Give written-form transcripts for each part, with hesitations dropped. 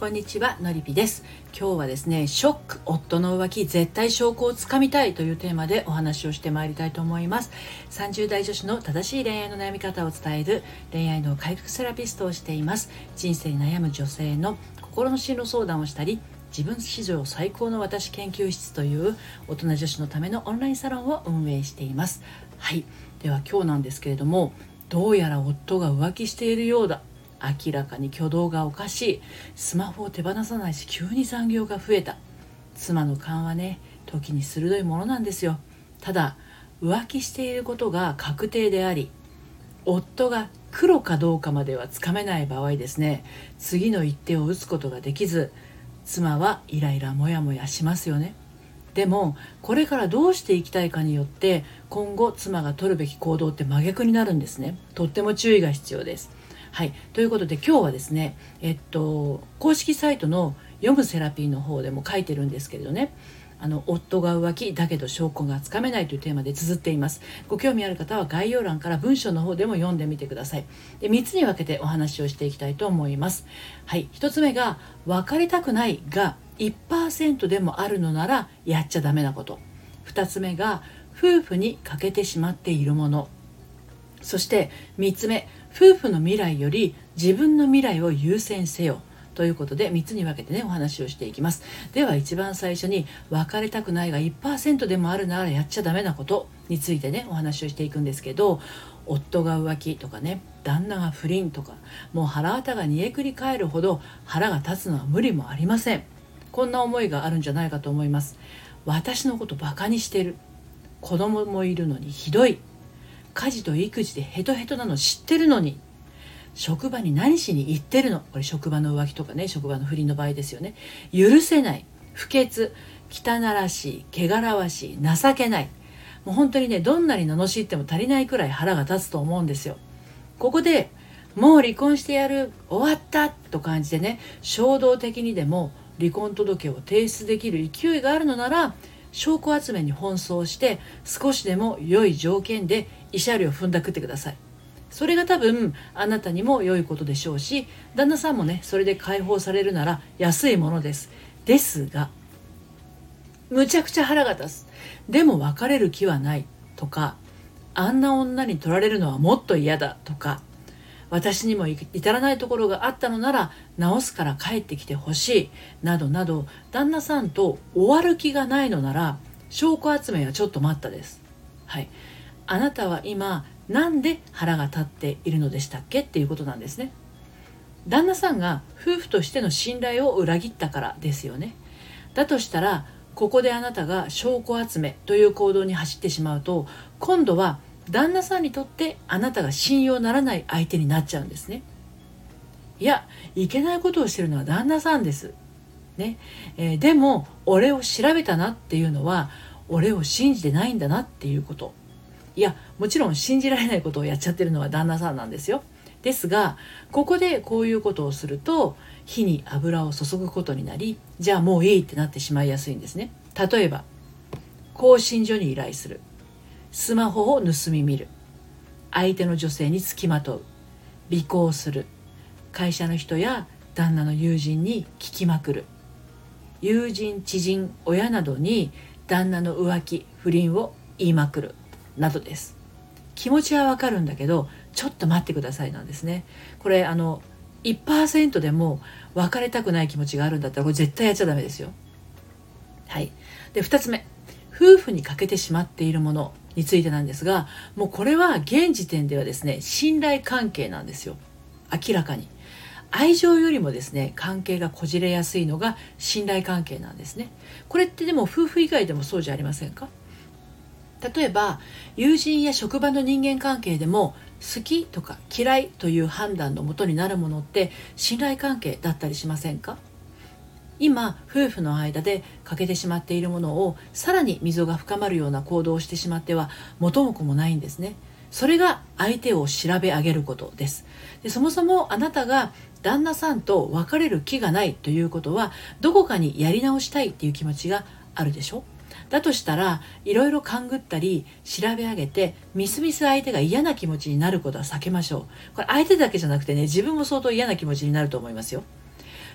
こんにちは、のりぴです。今日はですね、ショック、夫の浮気絶対証拠をつかみたいというテーマでお話をしてまいりたいと思います。30代女子の正しい恋愛の悩み方を伝える恋愛の回復セラピストをしています。人生に悩む女性の心の進路相談をしたり、自分史上最高の私研究室という大人女子のためのオンラインサロンを運営しています。はい、では今日なんですけれども、どうやら夫が浮気しているようだ、明らかに挙動がおかしい、スマホを手放さないし急に残業が増えた。妻の勘はね、時に鋭いものなんですよ。ただ浮気していることが確定であり、夫が黒かどうかまではつかめない場合ですね、次の一手を打つことができず、妻はイライラモヤモヤしますよね。でもこれからどうしていきたいかによって今後妻が取るべき行動って真逆になるんですね。とっても注意が必要です。はい、ということで今日はですね、公式サイトの読むセラピーの方でも書いてるんですけれどね、夫が浮気だけど証拠がつかめないというテーマで綴っています。ご興味ある方は概要欄から文章の方でも読んでみてください。で、3つに分けてお話をしていきたいと思います。はい、1つ目が別れたくないが 1% でもあるのならやっちゃダメなこと。2つ目が夫婦に欠けてしまっているもの。そして3つ目、夫婦の未来より自分の未来を優先せよということで3つに分けてね、お話をしていきます。では一番最初に別れたくないが 1% でもあるならやっちゃダメなことについてね、お話をしていくんですけど、夫が浮気とかね、旦那が不倫とか、もう腹渡が煮えくり返るほど腹が立つのは無理もありません。こんな思いがあるんじゃないかと思います。私のことバカにしてる、子供もいるのにひどい、家事と育児でヘトヘトなの知ってるのに、職場に何しに行ってるの、これ職場の浮気とかね、職場の不倫の場合ですよね。許せない、不潔、汚らしい、汚らわしい、情けない、もう本当にね、どんなに罵っても足りないくらい腹が立つと思うんですよ。ここでもう離婚してやる、終わったと感じでね、衝動的にでも離婚届を提出できる勢いがあるのなら、証拠集めに奔走して少しでも良い条件で慰謝料を踏んだくってください。それが多分あなたにも良いことでしょうし、旦那さんもね、それで解放されるなら安いものです。ですが、むちゃくちゃ腹が立つ、でも別れる気はないとか、あんな女に取られるのはもっと嫌だとか、私にも至らないところがあったのなら直すから帰ってきてほしいなどなど、旦那さんと終わる気がないのなら証拠集めはちょっと待ったです。はい、あなたは今なんで腹が立っているのでしたっけっていうことなんですね。旦那さんが夫婦としての信頼を裏切ったからですよね。だとしたらここであなたが証拠集めという行動に走ってしまうと、今度は旦那さんにとってあなたが信用ならない相手になっちゃうんですね。いや、いけないことをしてるのは旦那さんですね。でも俺を調べたなっていうのは俺を信じてないんだなっていうこと。いや、もちろん信じられないことをやっちゃってるのは旦那さんなんですよ。ですが、ここでこういうことをすると火に油を注ぐことになり、じゃあもういいってなってしまいやすいんですね。例えば更新所に依頼する、スマホを盗み見る、相手の女性につきまとう、尾行する、会社の人や旦那の友人に聞きまくる、友人、知人、親などに旦那の浮気、不倫を言いまくるなどです。気持ちはわかるんだけどちょっと待ってくださいなんですね。これ1% でも別れたくない気持ちがあるんだったらこれ絶対やっちゃダメですよ。はい。で、2つ目、夫婦に欠けてしまっているものについてなんですが、もうこれは現時点ではですね、信頼関係なんですよ。明らかに愛情よりもですね、関係がこじれやすいのが信頼関係なんですね。これってでも夫婦以外でもそうじゃありませんか？例えば友人や職場の人間関係でも好きとか嫌いという判断のもとになるものって信頼関係だったりしませんか？今夫婦の間で欠けてしまっているものをさらに溝が深まるような行動をしてしまっては元も子もないんですね。それが相手を調べ上げることです。で、そもそもあなたが旦那さんと別れる気がないということは、どこかにやり直したいっていう気持ちがあるでしょ。だとしたらいろいろ勘ぐったり調べ上げてみすみす相手が嫌な気持ちになることは避けましょう。これ相手だけじゃなくてね、自分も相当嫌な気持ちになると思いますよ。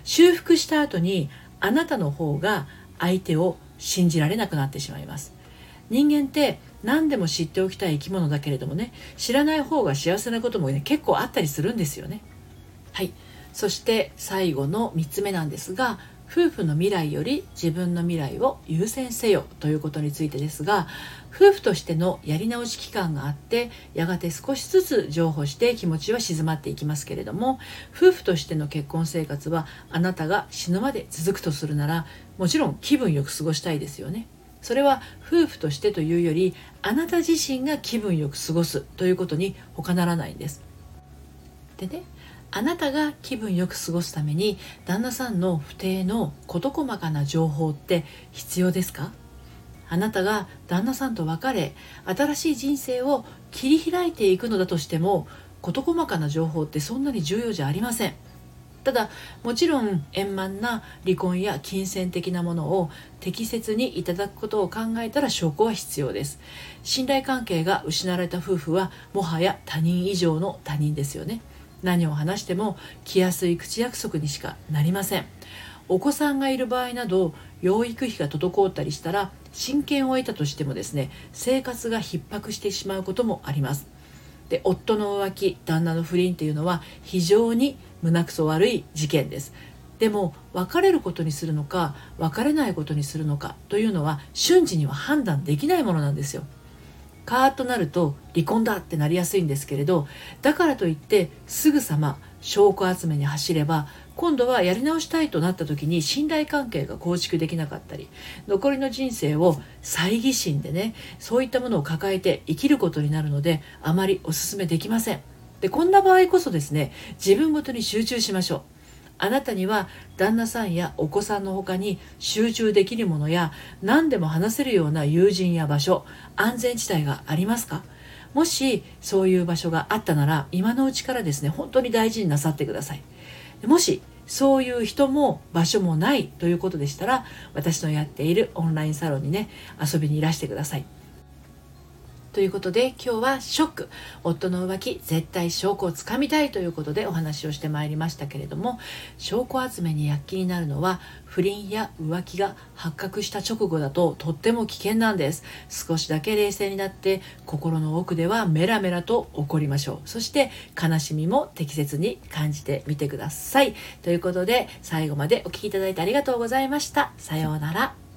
修復した後にあなたの方が相手を信じられなくなってしまいます。人間って何でも知っておきたい生き物だけれどもね、知らない方が幸せなこともね、結構あったりするんですよね。はい。そして最後の3つ目なんですが、夫婦の未来より自分の未来を優先せよということについてですが、夫婦としてのやり直し期間があって、やがて少しずつ譲歩して気持ちは静まっていきますけれども、夫婦としての結婚生活はあなたが死ぬまで続くとするなら、もちろん気分よく過ごしたいですよね。それは夫婦としてというより、あなた自身が気分よく過ごすということに他ならないんです。でね、あなたが気分よく過ごすために旦那さんの不定の事細かな情報って必要ですか？あなたが旦那さんと別れ、新しい人生を切り開いていくのだとしても、事細かな情報ってそんなに重要じゃありません。ただ、もちろん円満な離婚や金銭的なものを適切にいただくことを考えたら証拠は必要です。信頼関係が失われた夫婦はもはや他人以上の他人ですよね。何を話しても気安い口約束にしかなりません。お子さんがいる場合など、養育費が滞ったりしたら親権を得たとしてもですね、生活が逼迫してしまうこともあります。で、夫の浮気、旦那の不倫っていうのは非常に胸くそ悪い事件です。でも別れることにするのか別れないことにするのかというのは瞬時には判断できないものなんですよ。カーッとなると離婚だってなりやすいんですけれど、だからといってすぐさま証拠集めに走れば、今度はやり直したいとなった時に信頼関係が構築できなかったり、残りの人生を猜疑心でね、そういったものを抱えて生きることになるので、あまりお勧めできません。で、こんな場合こそですね、自分ごとに集中しましょう。あなたには旦那さんやお子さんの他に集中できるものや、何でも話せるような友人や場所、安全地帯がありますか？もしそういう場所があったなら、今のうちからですね、本当に大事になさってください。もしそういう人も場所もないということでしたら、私のやっているオンラインサロンにね、遊びにいらしてください。ということで、今日はショック、夫の浮気絶対証拠をつかみたいということでお話をしてまいりましたけれども、証拠集めに躍起になるのは不倫や浮気が発覚した直後だととっても危険なんです。少しだけ冷静になって心の奥ではメラメラと怒りましょう。そして悲しみも適切に感じてみてください。ということで、最後までお聞きいただいてありがとうございました。さようなら。